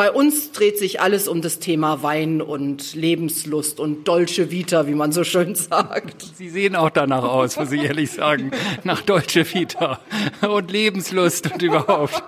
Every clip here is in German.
Bei uns dreht sich alles um das Thema Wein und Lebenslust und Dolce Vita, wie man so schön sagt. Sie sehen auch danach aus, muss ich ehrlich sagen, nach Dolce Vita und Lebenslust und überhaupt.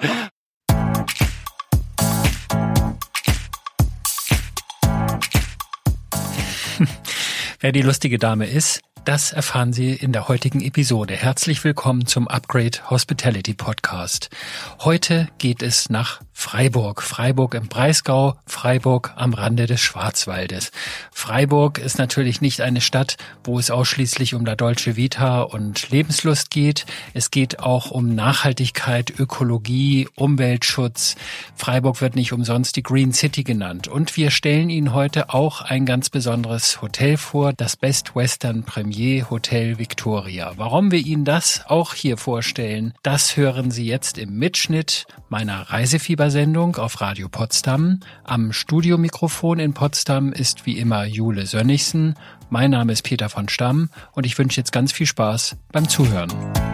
Wer die lustige Dame ist, das erfahren Sie in der heutigen Episode. Herzlich willkommen zum Upgrade Hospitality Podcast. Heute geht es nach Freiburg. Freiburg im Breisgau, Freiburg am Rande des Schwarzwaldes. Freiburg ist natürlich nicht eine Stadt, wo es ausschließlich um La Dolce Vita und Lebenslust geht. Es geht auch um Nachhaltigkeit, Ökologie, Umweltschutz. Freiburg wird nicht umsonst die Green City genannt. Und wir stellen Ihnen heute auch ein ganz besonderes Hotel vor, das Best Western Premier Hotel Victoria. Warum wir Ihnen das auch hier vorstellen, das hören Sie jetzt im Mitschnitt meiner Reisefiebersendung auf Radio Potsdam. Am Studiomikrofon in Potsdam ist wie immer Jule Sönnigsen. Mein Name ist Peter von Stamm und ich wünsche jetzt ganz viel Spaß beim Zuhören.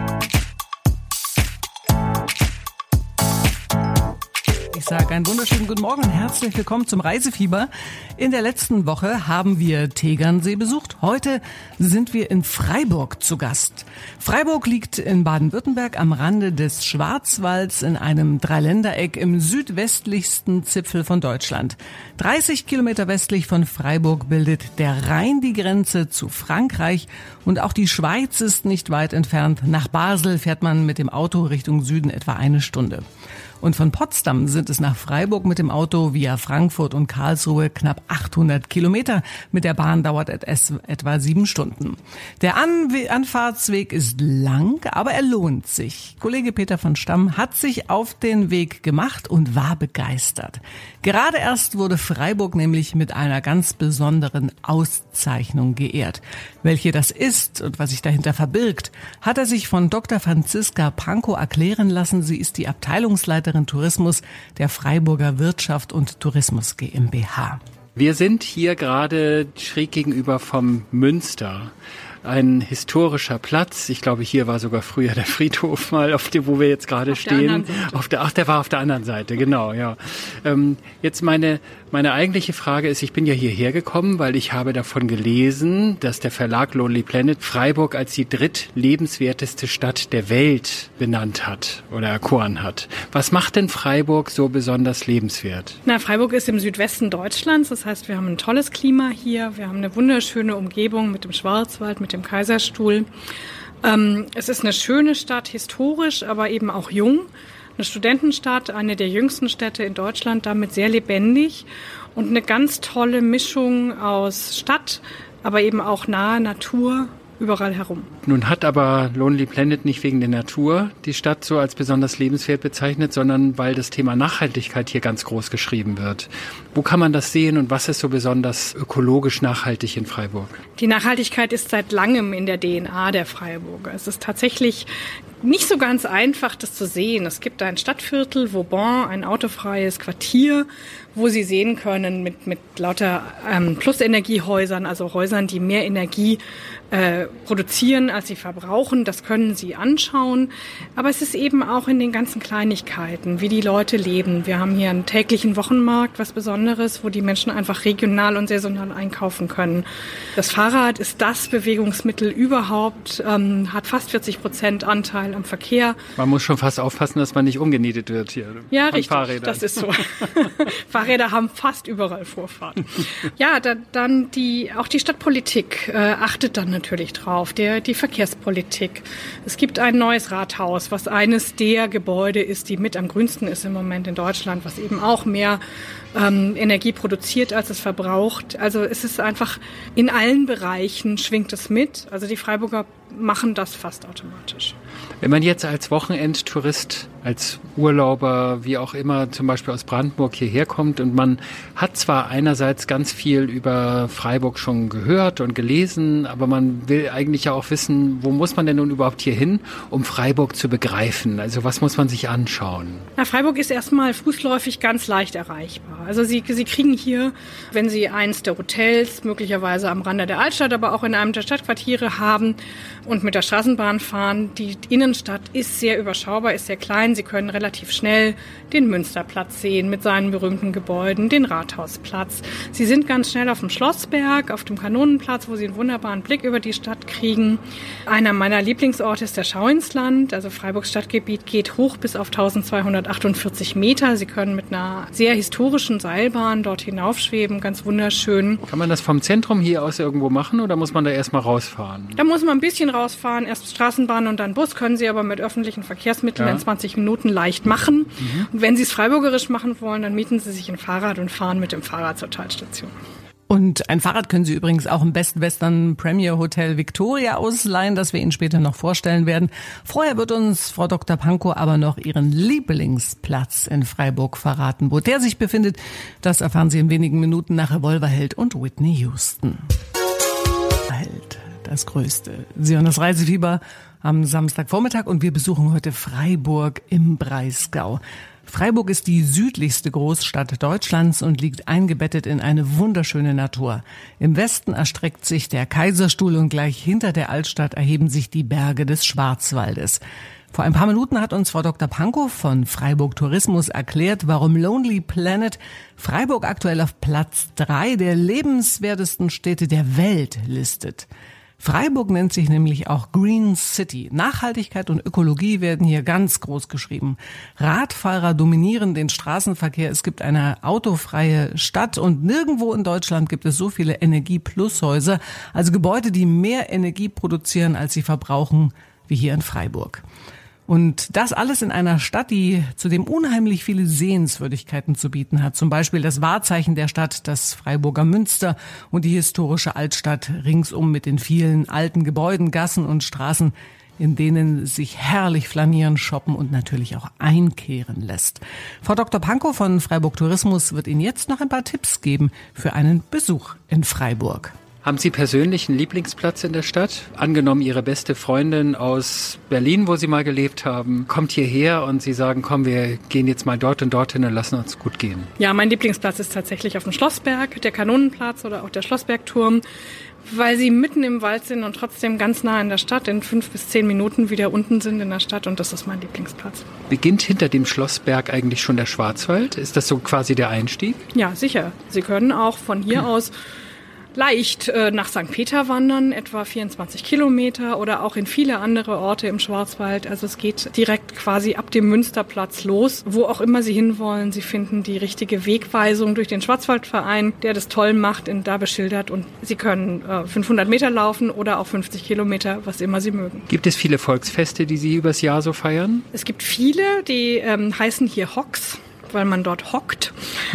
Ich sage einen wunderschönen guten Morgen und herzlich willkommen zum Reisefieber. In der letzten Woche haben wir Tegernsee besucht. Heute sind wir in Freiburg zu Gast. Freiburg liegt in Baden-Württemberg am Rande des Schwarzwalds in einem Dreiländereck im südwestlichsten Zipfel von Deutschland. 30 Kilometer westlich von Freiburg bildet der Rhein die Grenze zu Frankreich und auch die Schweiz ist nicht weit entfernt. Nach Basel fährt man mit dem Auto Richtung Süden etwa eine Stunde. Und von Potsdam sind es nach Freiburg mit dem Auto via Frankfurt und Karlsruhe knapp 800 Kilometer. Mit der Bahn dauert es etwa 7 Stunden. Der Anfahrtsweg ist lang, aber er lohnt sich. Kollege Peter von Stamm hat sich auf den Weg gemacht und war begeistert. Gerade erst wurde Freiburg nämlich mit einer ganz besonderen Auszeichnung geehrt. Welche das ist und was sich dahinter verbirgt, hat er sich von Dr. Franziska Pankow erklären lassen. Sie ist die Abteilungsleiterin Tourismus der Freiburger Wirtschaft und Tourismus GmbH. Wir sind hier gerade schräg gegenüber vom Münster. Ein historischer Platz. Ich glaube, hier war sogar früher der Friedhof mal, wo wir jetzt gerade stehen. Der war auf der anderen Seite, genau, ja. Jetzt meine eigentliche Frage ist, ich bin ja hierher gekommen, weil ich habe davon gelesen, dass der Verlag Lonely Planet Freiburg als die drittlebenswerteste Stadt der Welt benannt hat oder erkoren hat. Was macht denn Freiburg so besonders lebenswert? Freiburg ist im Südwesten Deutschlands. Das heißt, wir haben ein tolles Klima hier. Wir haben eine wunderschöne Umgebung mit dem Schwarzwald, mit dem Kaiserstuhl. Es ist eine schöne Stadt, historisch, aber eben auch jung. Eine Studentenstadt, eine der jüngsten Städte in Deutschland, damit sehr lebendig und eine ganz tolle Mischung aus Stadt, aber eben auch nahe Natur überall herum. Nun hat aber Lonely Planet nicht wegen der Natur die Stadt so als besonders lebenswert bezeichnet, sondern weil das Thema Nachhaltigkeit hier ganz groß geschrieben wird. Wo kann man das sehen und was ist so besonders ökologisch nachhaltig in Freiburg? Die Nachhaltigkeit ist seit langem in der DNA der Freiburger. Es ist tatsächlich nicht so ganz einfach, das zu sehen. Es gibt ein Stadtviertel, Vauban, ein autofreies Quartier, wo Sie sehen können mit lauter Plusenergiehäusern, also Häusern, die mehr Energie produzieren, als sie verbrauchen. Das können Sie anschauen. Aber es ist eben auch in den ganzen Kleinigkeiten, wie die Leute leben. Wir haben hier einen täglichen Wochenmarkt, was Besonderes, wo die Menschen einfach regional und saisonal einkaufen können. Das Fahrrad ist das Bewegungsmittel überhaupt, hat fast 40% Anteil am Verkehr. Man muss schon fast aufpassen, dass man nicht umgenietet wird hier. Ja, richtig. Fahrrädern. Das ist so. Fahrräder haben fast überall Vorfahrt. Ja, dann auch die Stadtpolitik achtet dann natürlich drauf, die Verkehrspolitik. Es gibt ein neues Rathaus, was eines der Gebäude ist, die mit am grünsten ist im Moment in Deutschland, was eben auch mehr Energie produziert, als es verbraucht. Also es ist einfach, in allen Bereichen schwingt es mit. Also die Freiburger machen das fast automatisch. Wenn man jetzt als Wochenendtourist, als Urlauber, wie auch immer, zum Beispiel aus Brandenburg hierher kommt und man hat zwar einerseits ganz viel über Freiburg schon gehört und gelesen, aber man will eigentlich ja auch wissen, wo muss man denn nun überhaupt hier hin, um Freiburg zu begreifen? Also was muss man sich anschauen? Na, Freiburg ist erstmal fußläufig ganz leicht erreichbar. Also Sie kriegen hier, wenn Sie eins der Hotels möglicherweise am Rande der Altstadt, aber auch in einem der Stadtquartiere haben, und mit der Straßenbahn fahren. Die Innenstadt ist sehr überschaubar, ist sehr klein. Sie können relativ schnell den Münsterplatz sehen mit seinen berühmten Gebäuden, den Rathausplatz. Sie sind ganz schnell auf dem Schlossberg, auf dem Kanonenplatz, wo Sie einen wunderbaren Blick über die Stadt kriegen. Einer meiner Lieblingsorte ist der Schauinsland. Also Freiburgs Stadtgebiet geht hoch bis auf 1248 Meter. Sie können mit einer sehr historischen Seilbahn dort hinaufschweben, ganz wunderschön. Kann man das vom Zentrum hier aus irgendwo machen oder muss man da erstmal rausfahren? Da muss man ein bisschen rausfahren, erst Straßenbahn und dann Bus, können Sie aber mit öffentlichen Verkehrsmitteln in 20 Minuten leicht machen. Und wenn Sie es freiburgerisch machen wollen, dann mieten Sie sich ein Fahrrad und fahren mit dem Fahrrad zur Talstation. Und ein Fahrrad können Sie übrigens auch im Best Western Premier Hotel Victoria ausleihen, das wir Ihnen später noch vorstellen werden. Vorher wird uns Frau Dr. Pankow aber noch ihren Lieblingsplatz in Freiburg verraten. Wo der sich befindet, das erfahren Sie in wenigen Minuten nach Revolverheld und Whitney Houston. Held, das Größte. Sie hören das Reisefieber am Samstagvormittag und wir besuchen heute Freiburg im Breisgau. Freiburg ist die südlichste Großstadt Deutschlands und liegt eingebettet in eine wunderschöne Natur. Im Westen erstreckt sich der Kaiserstuhl und gleich hinter der Altstadt erheben sich die Berge des Schwarzwaldes. Vor ein paar Minuten hat uns Frau Dr. Pankow von Freiburg Tourismus erklärt, warum Lonely Planet Freiburg aktuell auf Platz 3 der lebenswertesten Städte der Welt listet. Freiburg nennt sich nämlich auch Green City. Nachhaltigkeit und Ökologie werden hier ganz groß geschrieben. Radfahrer dominieren den Straßenverkehr. Es gibt eine autofreie Stadt und nirgendwo in Deutschland gibt es so viele Energie-Plus-Häuser, also Gebäude, die mehr Energie produzieren, als sie verbrauchen, wie hier in Freiburg. Und das alles in einer Stadt, die zudem unheimlich viele Sehenswürdigkeiten zu bieten hat. Zum Beispiel das Wahrzeichen der Stadt, das Freiburger Münster und die historische Altstadt ringsum mit den vielen alten Gebäuden, Gassen und Straßen, in denen sich herrlich flanieren, shoppen und natürlich auch einkehren lässt. Frau Dr. Pankow von Freiburg Tourismus wird Ihnen jetzt noch ein paar Tipps geben für einen Besuch in Freiburg. Haben Sie persönlich einen Lieblingsplatz in der Stadt? Angenommen, Ihre beste Freundin aus Berlin, wo Sie mal gelebt haben, kommt hierher und Sie sagen, komm, wir gehen jetzt mal dort und dorthin und lassen uns gut gehen. Ja, mein Lieblingsplatz ist tatsächlich auf dem Schlossberg, der Kanonenplatz oder auch der Schlossbergturm, weil Sie mitten im Wald sind und trotzdem ganz nah in der Stadt, in 5 bis 10 Minuten wieder unten sind in der Stadt und das ist mein Lieblingsplatz. Beginnt hinter dem Schlossberg eigentlich schon der Schwarzwald? Ist das so quasi der Einstieg? Ja, sicher. Sie können auch von hier aus leicht nach St. Peter wandern, etwa 24 Kilometer oder auch in viele andere Orte im Schwarzwald. Also es geht direkt quasi ab dem Münsterplatz los, wo auch immer Sie hinwollen. Sie finden die richtige Wegweisung durch den Schwarzwaldverein, der das toll macht und da beschildert. Und Sie können 500 Meter laufen oder auch 50 Kilometer, was immer Sie mögen. Gibt es viele Volksfeste, die Sie übers Jahr so feiern? Es gibt viele, die heißen hier Hocks, weil man dort hockt.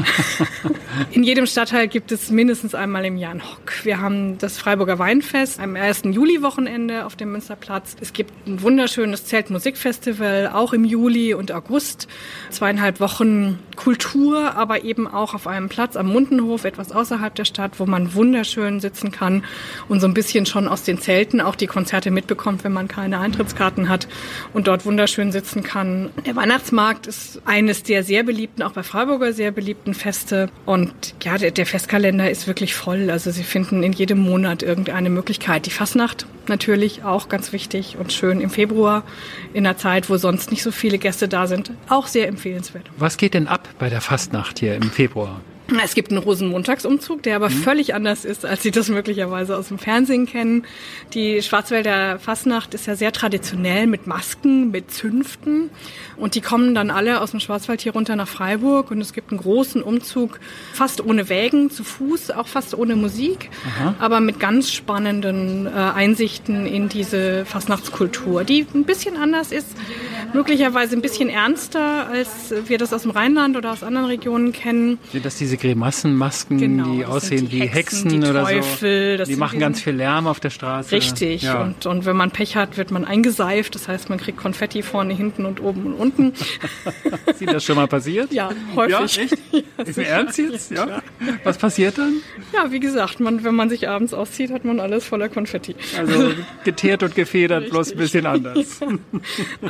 In jedem Stadtteil gibt es mindestens einmal im Jahr einen Hock. Wir haben das Freiburger Weinfest am 1. Juli-Wochenende auf dem Münsterplatz. Es gibt ein wunderschönes Zeltmusikfestival, auch im Juli und August. 2,5 Wochen Kultur, aber eben auch auf einem Platz am Mundenhof, etwas außerhalb der Stadt, wo man wunderschön sitzen kann und so ein bisschen schon aus den Zelten auch die Konzerte mitbekommt, wenn man keine Eintrittskarten hat und dort wunderschön sitzen kann. Der Weihnachtsmarkt ist eines der sehr beliebten, auch bei Freiburger sehr beliebten Feste. Und ja, der Festkalender ist wirklich voll. Also Sie finden in jedem Monat irgendeine Möglichkeit. Die Fastnacht natürlich auch ganz wichtig und schön im Februar, in einer Zeit, wo sonst nicht so viele Gäste da sind. Auch sehr empfehlenswert. Was geht denn ab bei der Fastnacht hier im Februar? Es gibt einen Rosenmontagsumzug, der aber völlig anders ist, als Sie das möglicherweise aus dem Fernsehen kennen. Die Schwarzwälder Fastnacht ist ja sehr traditionell mit Masken, mit Zünften. Und die kommen dann alle aus dem Schwarzwald hier runter nach Freiburg. Und es gibt einen großen Umzug, fast ohne Wägen, zu Fuß, auch fast ohne Musik, aber mit ganz spannenden Einsichten in diese Fastnachtskultur, die ein bisschen anders ist, möglicherweise ein bisschen ernster, als wir das aus dem Rheinland oder aus anderen Regionen kennen. Sind das diese Grimassenmasken, genau, die aussehen wie Hexen die oder Teufel, so? Die machen ganz viel Lärm auf der Straße. Richtig. Ja. Und wenn man Pech hat, wird man eingeseift. Das heißt, man kriegt Konfetti vorne, hinten und oben und unten. Ist Ihnen das schon mal passiert? Ja, häufig. Ja, echt? Ja, ist mir ernst jetzt? Ja. Ja. Was passiert dann? Ja, wie gesagt, wenn man sich abends auszieht, hat man alles voller Konfetti. Also geteert und gefedert, bloß ein bisschen anders. Aber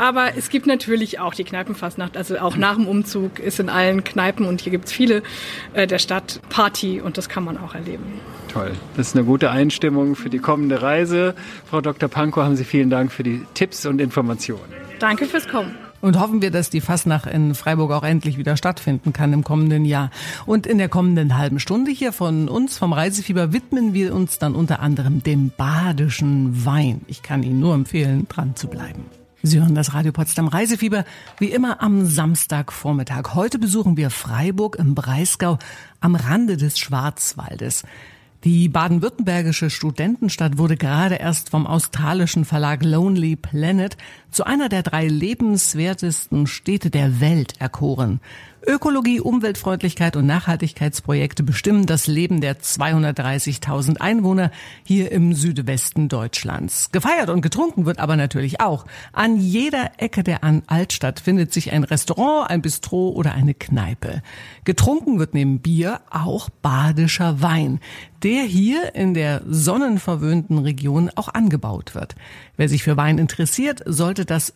Es gibt natürlich auch die Kneipenfastnacht, also auch nach dem Umzug ist in allen Kneipen, und hier gibt es viele der Stadt, Party, und das kann man auch erleben. Toll, das ist eine gute Einstimmung für die kommende Reise. Frau Dr. Pankow, haben Sie vielen Dank für die Tipps und Informationen. Danke fürs Kommen. Und hoffen wir, dass die Fastnacht in Freiburg auch endlich wieder stattfinden kann im kommenden Jahr. Und in der kommenden halben Stunde hier von uns, vom Reisefieber, widmen wir uns dann unter anderem dem badischen Wein. Ich kann Ihnen nur empfehlen, dran zu bleiben. Sie hören das Radio Potsdam Reisefieber, wie immer am Samstagvormittag. Heute besuchen wir Freiburg im Breisgau am Rande des Schwarzwaldes. Die baden-württembergische Studentenstadt wurde gerade erst vom australischen Verlag Lonely Planet zu einer der 3 lebenswertesten Städte der Welt erkoren. Ökologie, Umweltfreundlichkeit und Nachhaltigkeitsprojekte bestimmen das Leben der 230.000 Einwohner hier im Südwesten Deutschlands. Gefeiert und getrunken wird aber natürlich auch. An jeder Ecke der Altstadt findet sich ein Restaurant, ein Bistro oder eine Kneipe. Getrunken wird neben Bier auch badischer Wein, der hier in der sonnenverwöhnten Region auch angebaut wird. Wer sich für Wein interessiert, sollte das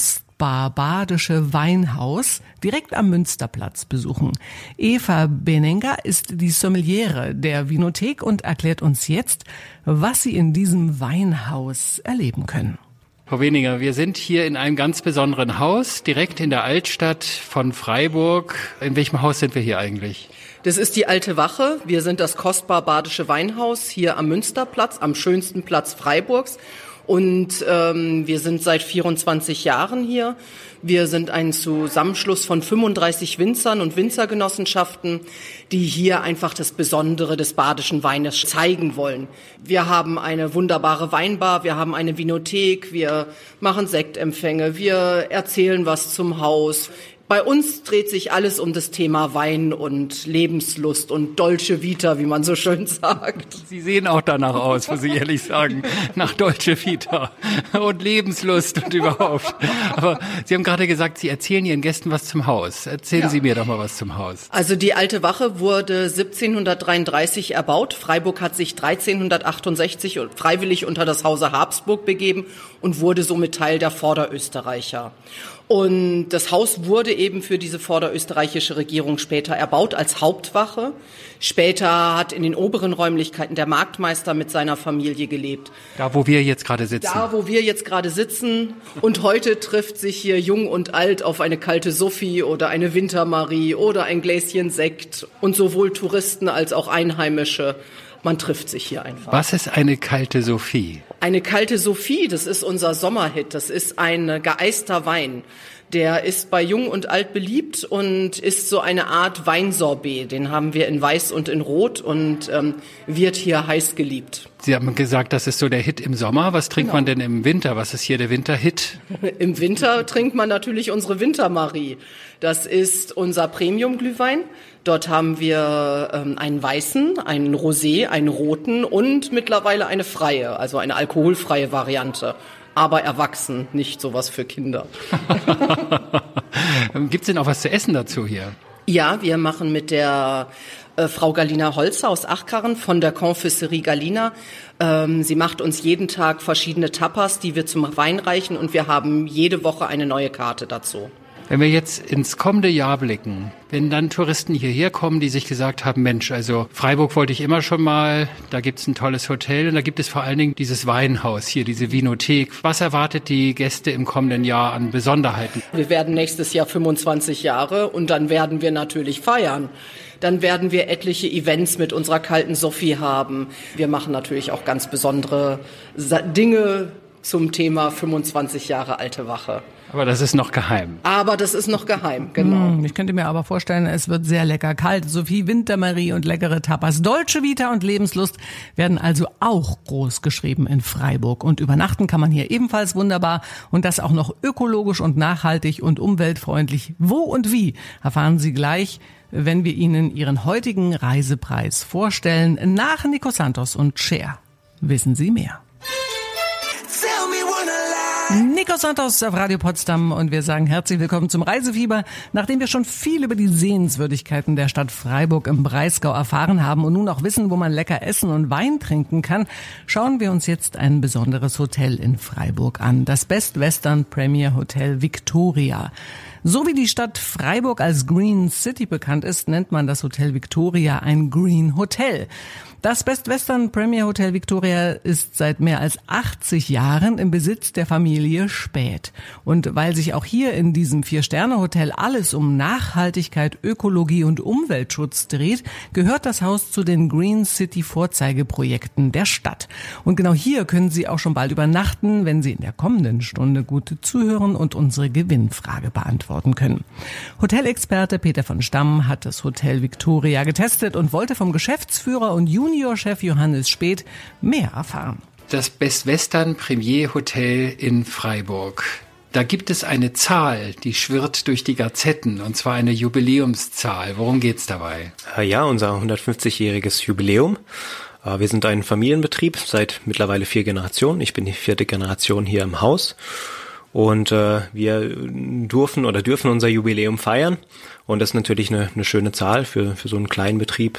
Badische Weinhaus direkt am Münsterplatz besuchen. Eva Benenga ist die Sommeliere der Vinothek und erklärt uns jetzt, was Sie in diesem Weinhaus erleben können. Frau Benenga, wir sind hier in einem ganz besonderen Haus, direkt in der Altstadt von Freiburg. In welchem Haus sind wir hier eigentlich? Das ist die Alte Wache. Wir sind das Badische Weinhaus hier am Münsterplatz, am schönsten Platz Freiburgs. Und wir sind seit 24 Jahren hier. Wir sind ein Zusammenschluss von 35 Winzern und Winzergenossenschaften, die hier einfach das Besondere des badischen Weines zeigen wollen. Wir haben eine wunderbare Weinbar, wir haben eine Vinothek, wir machen Sektempfänge, wir erzählen was zum Haus. Bei uns dreht sich alles um das Thema Wein und Lebenslust und Dolce Vita, wie man so schön sagt. Sie sehen auch danach aus, muss ich ehrlich sagen, nach Dolce Vita und Lebenslust und überhaupt. Aber Sie haben gerade gesagt, Sie erzählen Ihren Gästen was zum Haus. Erzählen Sie mir doch mal was zum Haus. Also die Alte Wache wurde 1733 erbaut. Freiburg hat sich 1368 freiwillig unter das Hause Habsburg begeben und wurde somit Teil der Vorderösterreicher. Und das Haus wurde eben für diese vorderösterreichische Regierung später erbaut als Hauptwache. Später hat in den oberen Räumlichkeiten der Marktmeister mit seiner Familie gelebt. Da, wo wir jetzt gerade sitzen. Da, wo wir jetzt gerade sitzen. Und heute trifft sich hier Jung und Alt auf eine kalte Sophie oder eine Wintermarie oder ein Gläschen Sekt. Und sowohl Touristen als auch Einheimische. Man trifft sich hier einfach. Was ist eine kalte Sophie? Eine kalte Sophie, das ist unser Sommerhit. Das ist ein geeister Wein. Der ist bei Jung und Alt beliebt und ist so eine Art Weinsorbet. Den haben wir in Weiß und in Rot und wird hier heiß geliebt. Sie haben gesagt, das ist so der Hit im Sommer. Was trinkt man denn im Winter? Was ist hier der Winterhit? Im Winter trinkt man natürlich unsere Wintermarie. Das ist unser Premium-Glühwein. Dort haben wir einen weißen, einen Rosé, einen roten und mittlerweile eine freie, also eine alkoholfreie Variante. Aber erwachsen, nicht sowas für Kinder. Gibt's denn auch was zu essen dazu hier? Ja, wir machen mit der Frau Galina Holzer aus Achkarren von der Confiserie Galina. Sie macht uns jeden Tag verschiedene Tapas, die wir zum Wein reichen, und wir haben jede Woche eine neue Karte dazu. Wenn wir jetzt ins kommende Jahr blicken, wenn dann Touristen hierher kommen, die sich gesagt haben, Mensch, also Freiburg wollte ich immer schon mal, da gibt's ein tolles Hotel und da gibt es vor allen Dingen dieses Weinhaus hier, diese Vinothek. Was erwartet die Gäste im kommenden Jahr an Besonderheiten? Wir werden nächstes Jahr 25 Jahre und dann werden wir natürlich feiern. Dann werden wir etliche Events mit unserer kalten Sophie haben. Wir machen natürlich auch ganz besondere Dinge zum Thema 25 Jahre Alte Wache. Aber das ist noch geheim. Aber das ist noch geheim, genau. Ich könnte mir aber vorstellen, es wird sehr lecker. Kalte Sophie, Wintermarie und leckere Tapas. Dolce Vita und Lebenslust werden also auch groß geschrieben in Freiburg. Und übernachten kann man hier ebenfalls wunderbar. Und das auch noch ökologisch und nachhaltig und umweltfreundlich. Wo und wie, erfahren Sie gleich, wenn wir Ihnen Ihren heutigen Reisepreis vorstellen. Nach Nico Santos und Cher wissen Sie mehr. Tell me when I lie. Nico Santos auf Radio Potsdam und wir sagen herzlich willkommen zum Reisefieber. Nachdem wir schon viel über die Sehenswürdigkeiten der Stadt Freiburg im Breisgau erfahren haben und nun auch wissen, wo man lecker essen und Wein trinken kann, schauen wir uns jetzt ein besonderes Hotel in Freiburg an. Das Best Western Premier Hotel Victoria. So wie die Stadt Freiburg als Green City bekannt ist, nennt man das Hotel Victoria ein Green Hotel. Das Best Western Premier Hotel Victoria ist seit mehr als 80 Jahren im Besitz der Familie Späth. Und weil sich auch hier in diesem 4-Sterne-Hotel alles um Nachhaltigkeit, Ökologie und Umweltschutz dreht, gehört das Haus zu den Green City Vorzeigeprojekten der Stadt. Und genau hier können Sie auch schon bald übernachten, wenn Sie in der kommenden Stunde gut zuhören und unsere Gewinnfrage beantworten können. Hotelexperte Peter von Stamm hat das Hotel Victoria getestet und wollte vom Geschäftsführer und Juniorchef Johannes Späth mehr erfahren. Das Best Western Premier Hotel in Freiburg. Da gibt es eine Zahl, die schwirrt durch die Gazetten, und zwar eine Jubiläumszahl. Worum geht's dabei? Ja, unser 150-jähriges Jubiläum. Wir sind ein Familienbetrieb seit mittlerweile 4 Generationen. Ich bin die 4. Generation hier im Haus. Und wir dürfen unser Jubiläum feiern. Und das ist natürlich eine schöne Zahl für so einen kleinen Betrieb,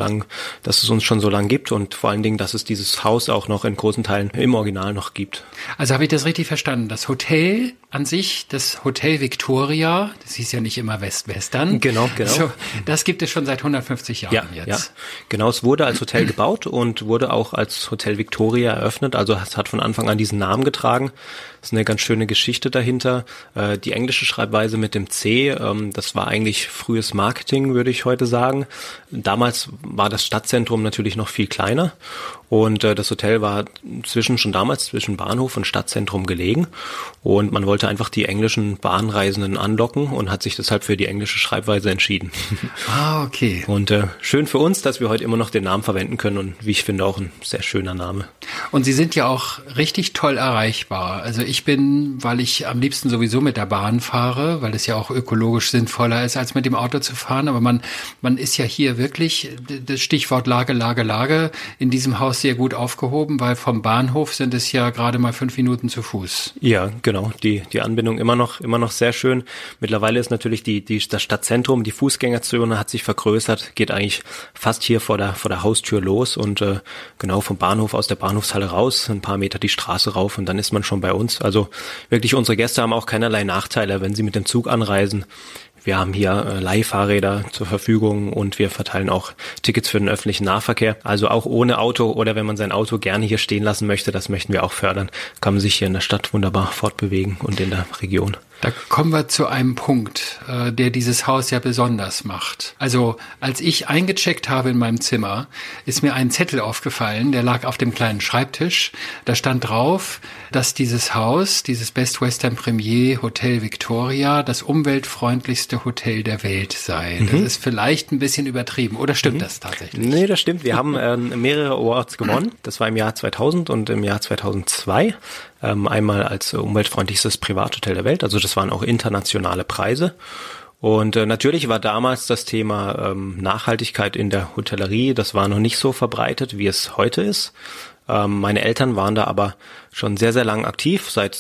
dass es uns schon so lange gibt und vor allen Dingen, dass es dieses Haus auch noch in großen Teilen im Original noch gibt. Also habe ich das richtig verstanden? Das Hotel an sich, das Hotel Victoria, das hieß ja nicht immer Western. Genau. So, das gibt es schon seit 150 Jahren jetzt. Ja, genau. Es wurde als Hotel gebaut und wurde auch als Hotel Victoria eröffnet. Also es hat von Anfang an diesen Namen getragen. Das ist eine ganz schöne Geschichte dahinter. Die englische Schreibweise mit dem C, das war eigentlich frühes Marketing, würde ich heute sagen. Damals war das Stadtzentrum natürlich noch viel kleiner und das Hotel war schon damals zwischen Bahnhof und Stadtzentrum gelegen und man wollte einfach die englischen Bahnreisenden anlocken und hat sich deshalb für die englische Schreibweise entschieden. Ah, okay. Und schön für uns, dass wir heute immer noch den Namen verwenden können und wie ich finde auch ein sehr schöner Name. Und Sie sind ja auch richtig toll erreichbar. Also weil ich am liebsten sowieso mit der Bahn fahre, weil es ja auch ökologisch sinnvoller ist, als mit dem Auto zu fahren. Aber man ist ja hier wirklich, das Stichwort Lage, in diesem Haus sehr gut aufgehoben, weil vom Bahnhof sind es ja gerade mal 5 Minuten zu Fuß. Ja, genau. Die Anbindung immer noch sehr schön. Mittlerweile ist natürlich das Stadtzentrum, die Fußgängerzone hat sich vergrößert, geht eigentlich fast hier vor der Haustür los und genau vom Bahnhof aus der Bahnhofshalle raus, ein paar Meter die Straße rauf und dann ist man schon bei uns. Also wirklich, unsere Gäste haben auch keinerlei Nachteile, wenn sie mit dem Zug anreisen. Wir haben hier Leihfahrräder zur Verfügung und wir verteilen auch Tickets für den öffentlichen Nahverkehr. Also auch ohne Auto oder wenn man sein Auto gerne hier stehen lassen möchte, das möchten wir auch fördern, kann man sich hier in der Stadt wunderbar fortbewegen und in der Region. Da kommen wir zu einem Punkt, der dieses Haus ja besonders macht. Also als ich eingecheckt habe in meinem Zimmer, ist mir ein Zettel aufgefallen, der lag auf dem kleinen Schreibtisch. Da stand drauf, dass dieses Haus, dieses Best Western Premier Hotel Victoria, das umweltfreundlichste Hotel der Welt sei. Das ist vielleicht ein bisschen übertrieben. Oder stimmt das tatsächlich? Nee, das stimmt. Wir haben mehrere Awards gewonnen. Das war im Jahr 2000 und im Jahr 2002. Einmal als umweltfreundlichstes Privathotel der Welt. Also das waren auch internationale Preise. Und natürlich war damals das Thema Nachhaltigkeit in der Hotellerie, das war noch nicht so verbreitet, wie es heute ist. Meine Eltern waren da aber schon sehr, sehr lang aktiv, seit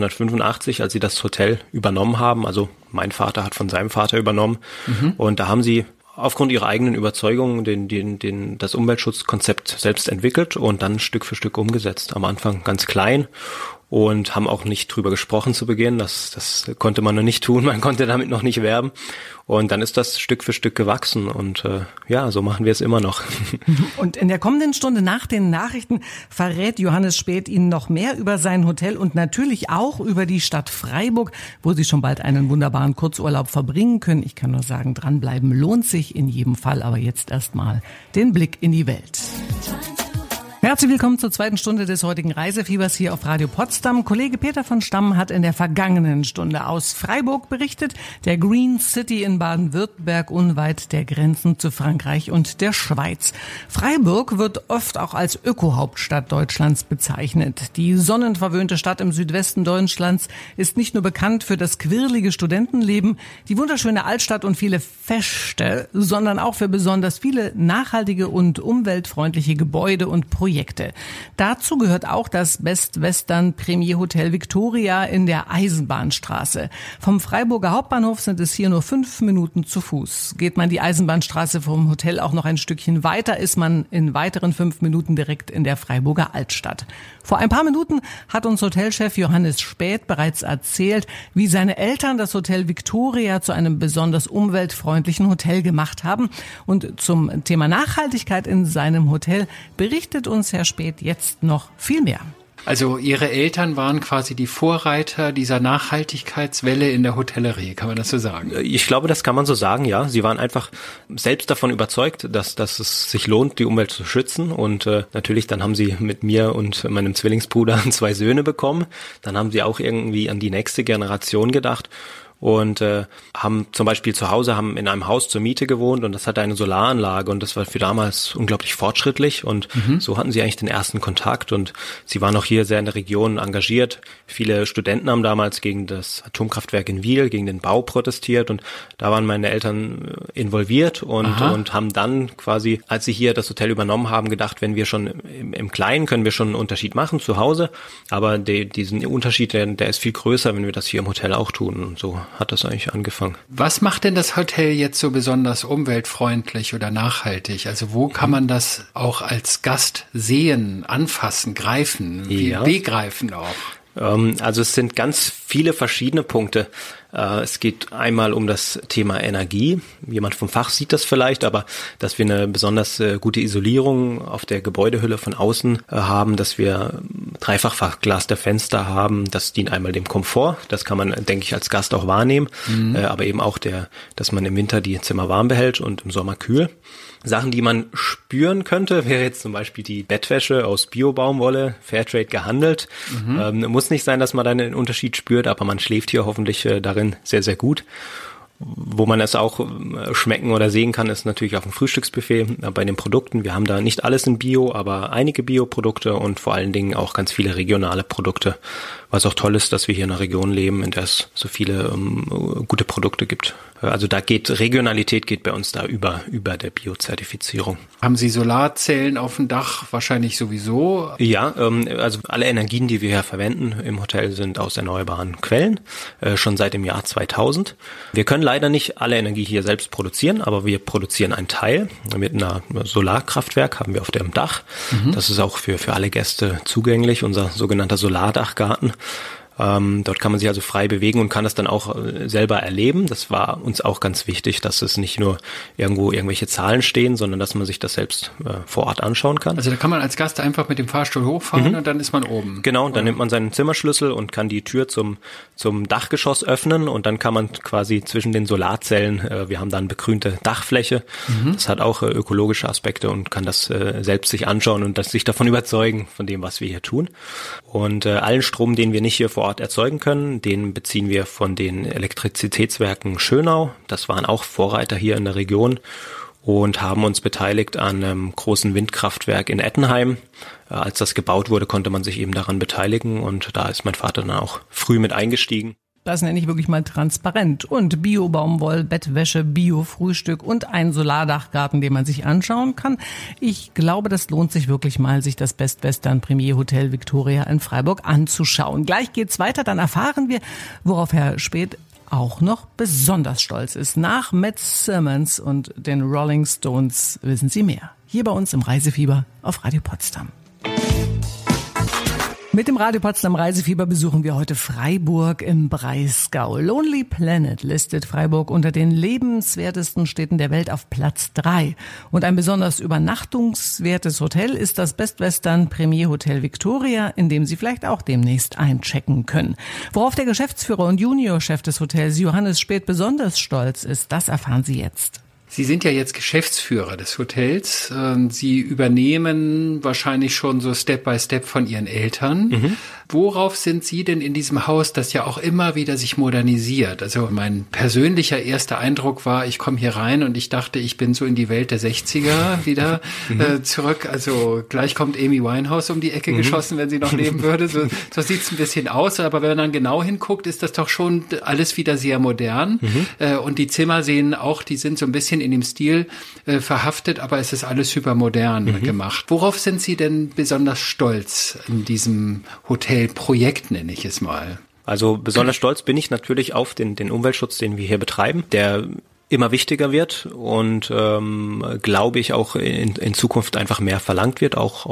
1985, als sie das Hotel übernommen haben. Also mein Vater hat von seinem Vater übernommen. Und da haben sie aufgrund ihrer eigenen Überzeugungen das Umweltschutzkonzept selbst entwickelt und dann Stück für Stück umgesetzt. Am Anfang ganz klein und haben auch nicht drüber gesprochen zu Beginn. Das konnte man noch nicht tun, man konnte damit noch nicht werben. Und dann ist das Stück für Stück gewachsen und so machen wir es immer noch. Und in der kommenden Stunde nach den Nachrichten verrät Johannes Späth Ihnen noch mehr über sein Hotel und natürlich auch über die Stadt Freiburg, wo Sie schon bald einen wunderbaren Kurzurlaub verbringen können. Ich kann nur sagen, dranbleiben lohnt sich in jedem Fall, aber jetzt erstmal den Blick in die Welt. Herzlich willkommen zur zweiten Stunde des heutigen Reisefiebers hier auf Radio Potsdam. Kollege Peter von Stamm hat in der vergangenen Stunde aus Freiburg berichtet, der Green City in Baden-Württemberg unweit der Grenzen zu Frankreich und der Schweiz. Freiburg wird oft auch als Öko-Hauptstadt Deutschlands bezeichnet. Die sonnenverwöhnte Stadt im Südwesten Deutschlands ist nicht nur bekannt für das quirlige Studentenleben, die wunderschöne Altstadt und viele Feste, sondern auch für besonders viele nachhaltige und umweltfreundliche Gebäude und Projekte. Projekte. Dazu gehört auch das Best Western Premier Hotel Victoria in der Eisenbahnstraße. Vom Freiburger Hauptbahnhof sind es hier nur 5 Minuten zu Fuß. Geht man die Eisenbahnstraße vom Hotel auch noch ein Stückchen weiter, ist man in weiteren 5 Minuten direkt in der Freiburger Altstadt. Vor ein paar Minuten hat uns Hotelchef Johannes Späth bereits erzählt, wie seine Eltern das Hotel Victoria zu einem besonders umweltfreundlichen Hotel gemacht haben. Und zum Thema Nachhaltigkeit in seinem Hotel berichtet uns Herr Späth jetzt noch viel mehr. Also Ihre Eltern waren quasi die Vorreiter dieser Nachhaltigkeitswelle in der Hotellerie, kann man das so sagen? Ich glaube, das kann man so sagen, ja. Sie waren einfach selbst davon überzeugt, dass es sich lohnt, die Umwelt zu schützen. Und natürlich, dann haben sie mit mir und meinem Zwillingsbruder 2 Söhne bekommen. Dann haben sie auch irgendwie an die nächste Generation gedacht. Und haben zum Beispiel zu Hause, haben in einem Haus zur Miete gewohnt und das hatte eine Solaranlage und das war für damals unglaublich fortschrittlich und so hatten sie eigentlich den ersten Kontakt und sie waren auch hier sehr in der Region engagiert. Viele Studenten haben damals gegen das Atomkraftwerk in Wiel, gegen den Bau protestiert und da waren meine Eltern involviert und haben dann quasi, als sie hier das Hotel übernommen haben, gedacht, wenn wir schon im Kleinen können wir schon einen Unterschied machen zu Hause, aber diesen Unterschied, der ist viel größer, wenn wir das hier im Hotel auch tun und so hat das eigentlich angefangen. Was macht denn das Hotel jetzt so besonders umweltfreundlich oder nachhaltig? Also wo kann man das auch als Gast sehen, anfassen, greifen, begreifen auch? Also es sind ganz viele verschiedene Punkte. Es geht einmal um das Thema Energie. Jemand vom Fach sieht das vielleicht, aber dass wir eine besonders gute Isolierung auf der Gebäudehülle von außen haben, dass wir dreifachverglaste Fenster haben, das dient einmal dem Komfort. Das kann man, denke ich, als Gast auch wahrnehmen, aber eben auch dass man im Winter die Zimmer warm behält und im Sommer kühl. Sachen, die man spüren könnte, wäre jetzt zum Beispiel die Bettwäsche aus Bio-Baumwolle, Fairtrade gehandelt. Muss nicht sein, dass man da einen Unterschied spürt, aber man schläft hier hoffentlich darin sehr, sehr gut. Wo man es auch schmecken oder sehen kann, ist natürlich auf dem Frühstücksbuffet bei den Produkten. Wir haben da nicht alles in Bio, aber einige Bioprodukte und vor allen Dingen auch ganz viele regionale Produkte. Was auch toll ist, dass wir hier in einer Region leben, in der es so viele gute Produkte gibt. Also Regionalität geht bei uns da über der Biozertifizierung. Haben Sie Solarzellen auf dem Dach? Wahrscheinlich sowieso. Ja, also alle Energien, die wir hier verwenden im Hotel, sind aus erneuerbaren Quellen, schon seit dem Jahr 2000. Wir können leider nicht alle Energie hier selbst produzieren, aber wir produzieren einen Teil. Mit einer Solarkraftwerk haben wir auf dem Dach. Das ist auch für alle Gäste zugänglich, unser sogenannter Solardachgarten. Dort kann man sich also frei bewegen und kann das dann auch selber erleben. Das war uns auch ganz wichtig, dass es nicht nur irgendwo irgendwelche Zahlen stehen, sondern dass man sich das selbst vor Ort anschauen kann. Also da kann man als Gast einfach mit dem Fahrstuhl hochfahren und dann ist man oben. Genau, und dann nimmt man seinen Zimmerschlüssel und kann die Tür zum Dachgeschoss öffnen und dann kann man quasi zwischen den Solarzellen, wir haben dann begrünte Dachfläche, das hat auch ökologische Aspekte und kann das selbst sich anschauen und sich davon überzeugen, von dem, was wir hier tun. Und allen Strom, den wir nicht hier vor Ort erzeugen können, den beziehen wir von den Elektrizitätswerken Schönau. Das waren auch Vorreiter hier in der Region und haben uns beteiligt an einem großen Windkraftwerk in Ettenheim. Als das gebaut wurde, konnte man sich eben daran beteiligen und da ist mein Vater dann auch früh mit eingestiegen. Das nenne ich wirklich mal transparent. Und Bio-Baumwoll, Bettwäsche, Bio-Frühstück und ein Solardachgarten, den man sich anschauen kann. Ich glaube, das lohnt sich wirklich mal, sich das Best Western Premier Hotel Victoria in Freiburg anzuschauen. Gleich geht's weiter, dann erfahren wir, worauf Herr Späth auch noch besonders stolz ist. Nach Matt Simmons und den Rolling Stones wissen Sie mehr. Hier bei uns im Reisefieber auf Radio Potsdam. Mit dem Radio Potsdam Reisefieber besuchen wir heute Freiburg im Breisgau. Lonely Planet listet Freiburg unter den lebenswertesten Städten der Welt auf Platz 3. Und ein besonders übernachtungswertes Hotel ist das Best Western Premier Hotel Victoria, in dem Sie vielleicht auch demnächst einchecken können. Worauf der Geschäftsführer und Juniorchef des Hotels Johannes Späth besonders stolz ist, das erfahren Sie jetzt. Sie sind ja jetzt Geschäftsführer des Hotels. Sie übernehmen wahrscheinlich schon so Step by Step von Ihren Eltern. Worauf sind Sie denn in diesem Haus, das ja auch immer wieder sich modernisiert? Also mein persönlicher erster Eindruck war, ich komme hier rein und ich dachte, ich bin so in die Welt der 60er wieder zurück. Also gleich kommt Amy Winehouse um die Ecke geschossen, wenn sie noch leben würde. So sieht's ein bisschen aus. Aber wenn man dann genau hinguckt, ist das doch schon alles wieder sehr modern. Und die Zimmer sehen auch, die sind so ein bisschen in dem Stil verhaftet, aber es ist alles hypermodern gemacht. Worauf sind Sie denn besonders stolz in diesem Hotelprojekt, nenne ich es mal? Also besonders stolz bin ich natürlich auf den Umweltschutz, den wir hier betreiben, der immer wichtiger wird und glaube ich auch in Zukunft einfach mehr verlangt wird, auch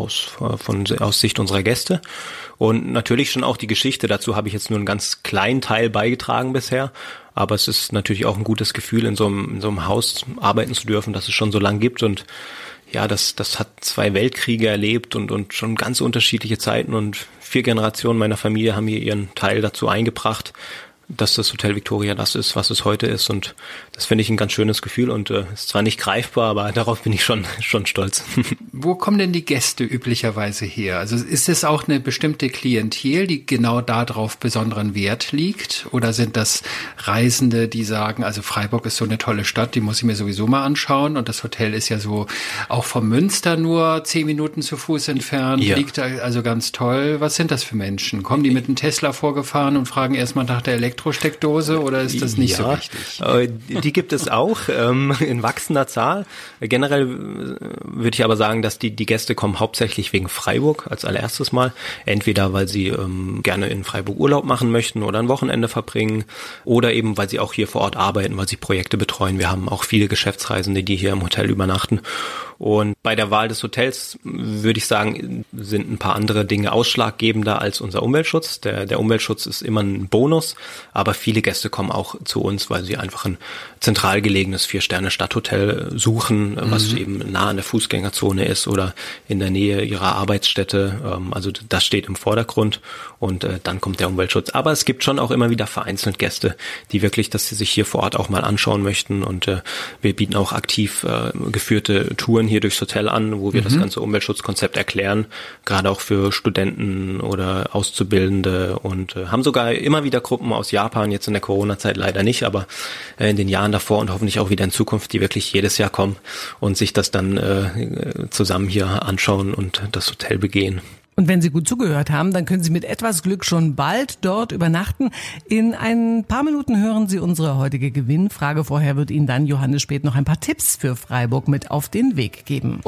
aus Sicht unserer Gäste. Und natürlich schon auch die Geschichte, dazu habe ich jetzt nur einen ganz kleinen Teil beigetragen bisher, aber es ist natürlich auch ein gutes Gefühl, in so einem Haus arbeiten zu dürfen, das es schon so lange gibt. Und ja, das hat 2 Weltkriege erlebt und schon ganz unterschiedliche Zeiten, und 4 Generationen meiner Familie haben hier ihren Teil dazu eingebracht, dass das Hotel Victoria das ist, was es heute ist, und das finde ich ein ganz schönes Gefühl und ist zwar nicht greifbar, aber darauf bin ich schon stolz. Wo kommen denn die Gäste üblicherweise her? Also ist es auch eine bestimmte Klientel, die genau darauf besonderen Wert liegt, oder sind das Reisende, die sagen, also Freiburg ist so eine tolle Stadt, die muss ich mir sowieso mal anschauen, und das Hotel ist ja so auch vom Münster nur 10 Minuten zu Fuß entfernt, liegt da also ganz toll. Was sind das für Menschen? Kommen die mit einem Tesla vorgefahren und fragen erstmal nach der Elektrosteckdose, oder ist das nicht so wichtig? Die gibt es auch in wachsender Zahl. Generell würde ich aber sagen, dass die Gäste kommen hauptsächlich wegen Freiburg als allererstes Mal. Entweder weil sie gerne in Freiburg Urlaub machen möchten oder ein Wochenende verbringen, oder eben weil sie auch hier vor Ort arbeiten, weil sie Projekte betreuen. Wir haben auch viele Geschäftsreisende, die hier im Hotel übernachten. Und bei der Wahl des Hotels würde ich sagen, sind ein paar andere Dinge ausschlaggebender als unser Umweltschutz. Der Umweltschutz ist immer ein Bonus, aber viele Gäste kommen auch zu uns, weil sie einfach ein zentral gelegenes 4-Sterne-Stadthotel suchen, was eben nah an der Fußgängerzone ist oder in der Nähe ihrer Arbeitsstätte. Also das steht im Vordergrund, und dann kommt der Umweltschutz. Aber es gibt schon auch immer wieder vereinzelt Gäste, die wirklich, dass sie sich hier vor Ort auch mal anschauen möchten, und wir bieten auch aktiv geführte Touren hier durchs Hotel an, wo wir das ganze Umweltschutzkonzept erklären, gerade auch für Studenten oder Auszubildende, und haben sogar immer wieder Gruppen aus Japan, jetzt in der Corona-Zeit leider nicht, aber in den Jahren davor und hoffentlich auch wieder in Zukunft, die wirklich jedes Jahr kommen und sich das dann zusammen hier anschauen und das Hotel begehen. Und wenn Sie gut zugehört haben, dann können Sie mit etwas Glück schon bald dort übernachten. In ein paar Minuten hören Sie unsere heutige Gewinnfrage. Vorher wird Ihnen dann Johannes Späth noch ein paar Tipps für Freiburg mit auf den Weg geben.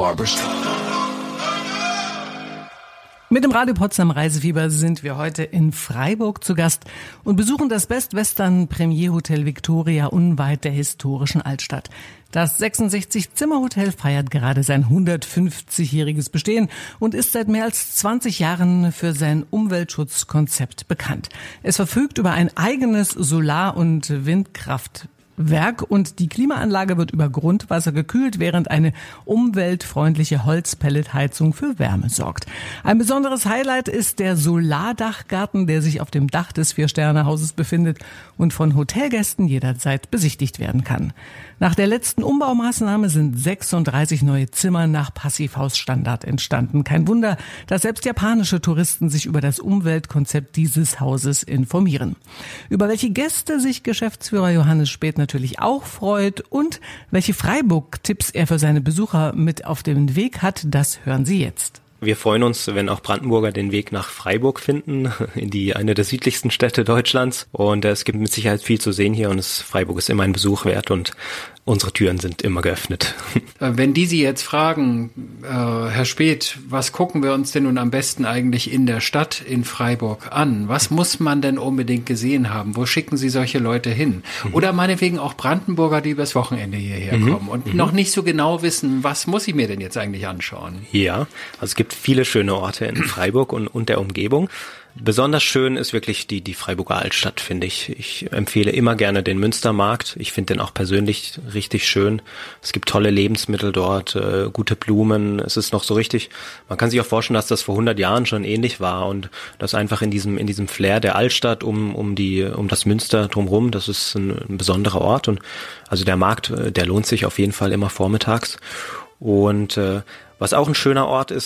Mit dem Radio Potsdam Reisefieber sind wir heute in Freiburg zu Gast und besuchen das Best Western Premier Hotel Victoria unweit der historischen Altstadt. Das 66-Zimmer-Hotel feiert gerade sein 150-jähriges Bestehen und ist seit mehr als 20 Jahren für sein Umweltschutzkonzept bekannt. Es verfügt über ein eigenes Solar- und Windkraftwerk und die Klimaanlage wird über Grundwasser gekühlt, während eine umweltfreundliche Holzpelletheizung für Wärme sorgt. Ein besonderes Highlight ist der Solardachgarten, der sich auf dem Dach des 4-Sterne-Hauses befindet und von Hotelgästen jederzeit besichtigt werden kann. Nach der letzten Umbaumaßnahme sind 36 neue Zimmer nach Passivhausstandard entstanden. Kein Wunder, dass selbst japanische Touristen sich über das Umweltkonzept dieses Hauses informieren. Über welche Gäste sich Geschäftsführer Johannes Späth natürlich auch freut und welche Freiburg-Tipps er für seine Besucher mit auf den Weg hat, das hören Sie jetzt. Wir freuen uns, wenn auch Brandenburger den Weg nach Freiburg finden, in eine der südlichsten Städte Deutschlands. Und es gibt mit Sicherheit viel zu sehen hier, und Freiburg ist immer ein Besuch wert, und unsere Türen sind immer geöffnet. Wenn die Sie jetzt fragen, Herr Späth, was gucken wir uns denn nun am besten eigentlich in der Stadt in Freiburg an? Was muss man denn unbedingt gesehen haben? Wo schicken Sie solche Leute hin? Oder meinetwegen auch Brandenburger, die übers Wochenende hierher kommen und noch nicht so genau wissen, was muss ich mir denn jetzt eigentlich anschauen? Ja, also es gibt viele schöne Orte in Freiburg und der Umgebung. Besonders schön ist wirklich die Freiburger Altstadt, finde ich. Ich empfehle immer gerne den Münstermarkt. Ich finde den auch persönlich richtig schön. Es gibt tolle Lebensmittel dort, gute Blumen. Es ist noch so richtig, man kann sich auch vorstellen, dass das vor 100 Jahren schon ähnlich war, und das einfach in diesem Flair der Altstadt um das Münster drumherum, das ist ein besonderer Ort, und also der Markt, der lohnt sich auf jeden Fall immer vormittags. Und was auch ein schöner Ort ist,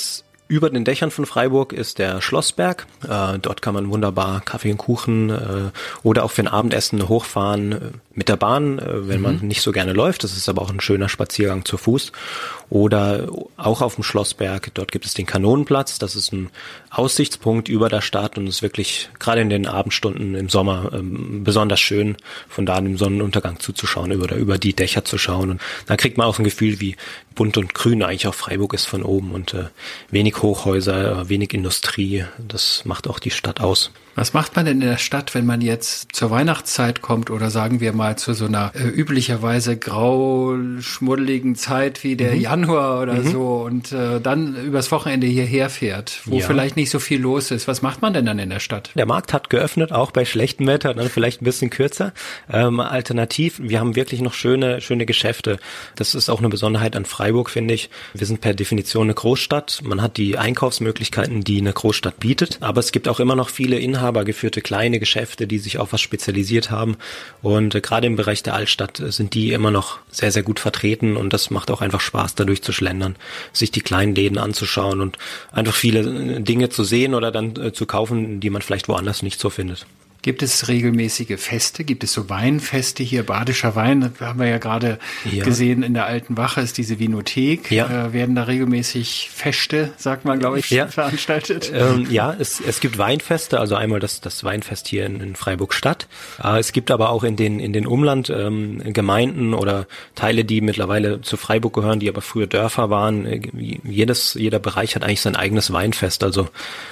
Über den Dächern von Freiburg ist der Schlossberg. Dort kann man wunderbar Kaffee und Kuchen oder auch für ein Abendessen hochfahren mit der Bahn, wenn man nicht so gerne läuft. Das ist aber auch ein schöner Spaziergang zu Fuß. Oder auch auf dem Schlossberg. Dort gibt es den Kanonenplatz. Das ist ein Aussichtspunkt über der Stadt und ist wirklich gerade in den Abendstunden im Sommer besonders schön, von da dem Sonnenuntergang zuzuschauen oder über die Dächer zu schauen. Und da kriegt man auch ein Gefühl, wie bunt und grün eigentlich auch Freiburg ist von oben und wenig Hochhäuser, wenig Industrie. Das macht auch die Stadt aus. Was macht man denn in der Stadt, wenn man jetzt zur Weihnachtszeit kommt oder sagen wir mal zu so einer üblicherweise grau schmuddeligen Zeit wie der Januar oder so und dann übers Wochenende hierher fährt, wo vielleicht nicht so viel los ist? Was macht man denn dann in der Stadt? Der Markt hat geöffnet, auch bei schlechtem Wetter, dann vielleicht ein bisschen kürzer. Alternativ, wir haben wirklich noch schöne Geschäfte. Das ist auch eine Besonderheit an Freiburg, finde ich. Wir sind per Definition eine Großstadt. Man hat die Einkaufsmöglichkeiten, die eine Großstadt bietet, aber es gibt auch immer noch viele inhabergeführte kleine Geschäfte, die sich auf was spezialisiert haben und gerade im Bereich der Altstadt sind die immer noch sehr, sehr gut vertreten und das macht auch einfach Spaß, dadurch zu schlendern, sich die kleinen Läden anzuschauen und einfach viele Dinge zu sehen oder dann zu kaufen, die man vielleicht woanders nicht so findet. Gibt es regelmäßige Feste? Gibt es so Weinfeste hier? Badischer Wein, haben wir ja gerade gesehen, in der Alten Wache ist diese Vinothek. Werden da regelmäßig Feste, sagt man, glaube ich, veranstaltet? Es gibt Weinfeste, also einmal das Weinfest hier in Freiburg Stadt. Es gibt aber auch in den Umland Gemeinden oder Teile, die mittlerweile zu Freiburg gehören, die aber früher Dörfer waren. Jeder Bereich hat eigentlich sein eigenes Weinfest, also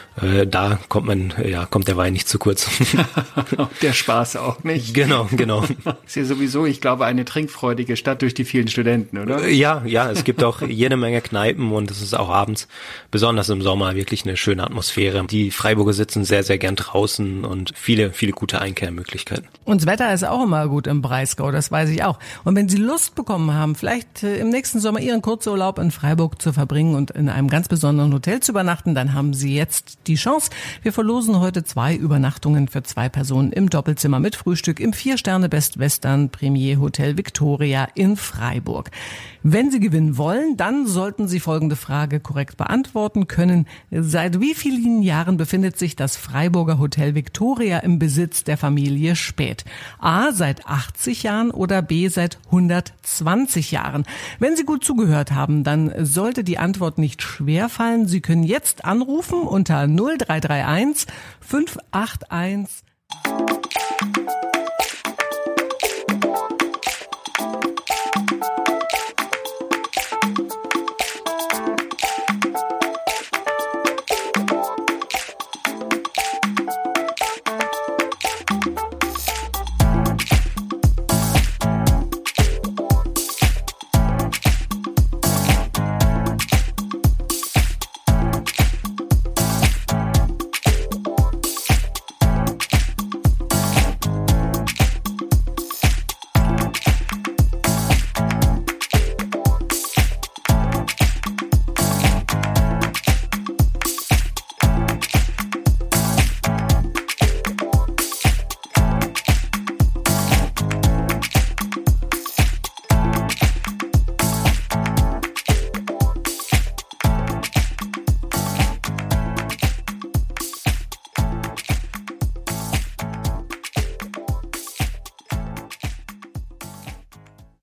da kommt der Wein nicht zu kurz. Der Spaß auch nicht. Genau. Ist ja sowieso, ich glaube, eine trinkfreudige Stadt durch die vielen Studenten, oder? Ja, es gibt auch jede Menge Kneipen und es ist auch abends, besonders im Sommer, wirklich eine schöne Atmosphäre. Die Freiburger sitzen sehr, sehr gern draußen und viele, viele gute Einkehrmöglichkeiten. Und das Wetter ist auch immer gut im Breisgau, das weiß ich auch. Und wenn Sie Lust bekommen haben, vielleicht im nächsten Sommer Ihren Kurzurlaub in Freiburg zu verbringen und in einem ganz besonderen Hotel zu übernachten, dann haben Sie jetzt die Chance. Wir verlosen heute 2 Übernachtungen für 2 Personen im Doppelzimmer mit Frühstück im 4-Sterne Best Western Premier Hotel Victoria in Freiburg. Wenn Sie gewinnen wollen, dann sollten Sie folgende Frage korrekt beantworten können. Seit wie vielen Jahren befindet sich das Freiburger Hotel Victoria im Besitz der Familie Späth? A, seit 80 Jahren oder B, seit 120 Jahren? Wenn Sie gut zugehört haben, dann sollte die Antwort nicht schwer fallen. Sie können jetzt anrufen unter 0331 581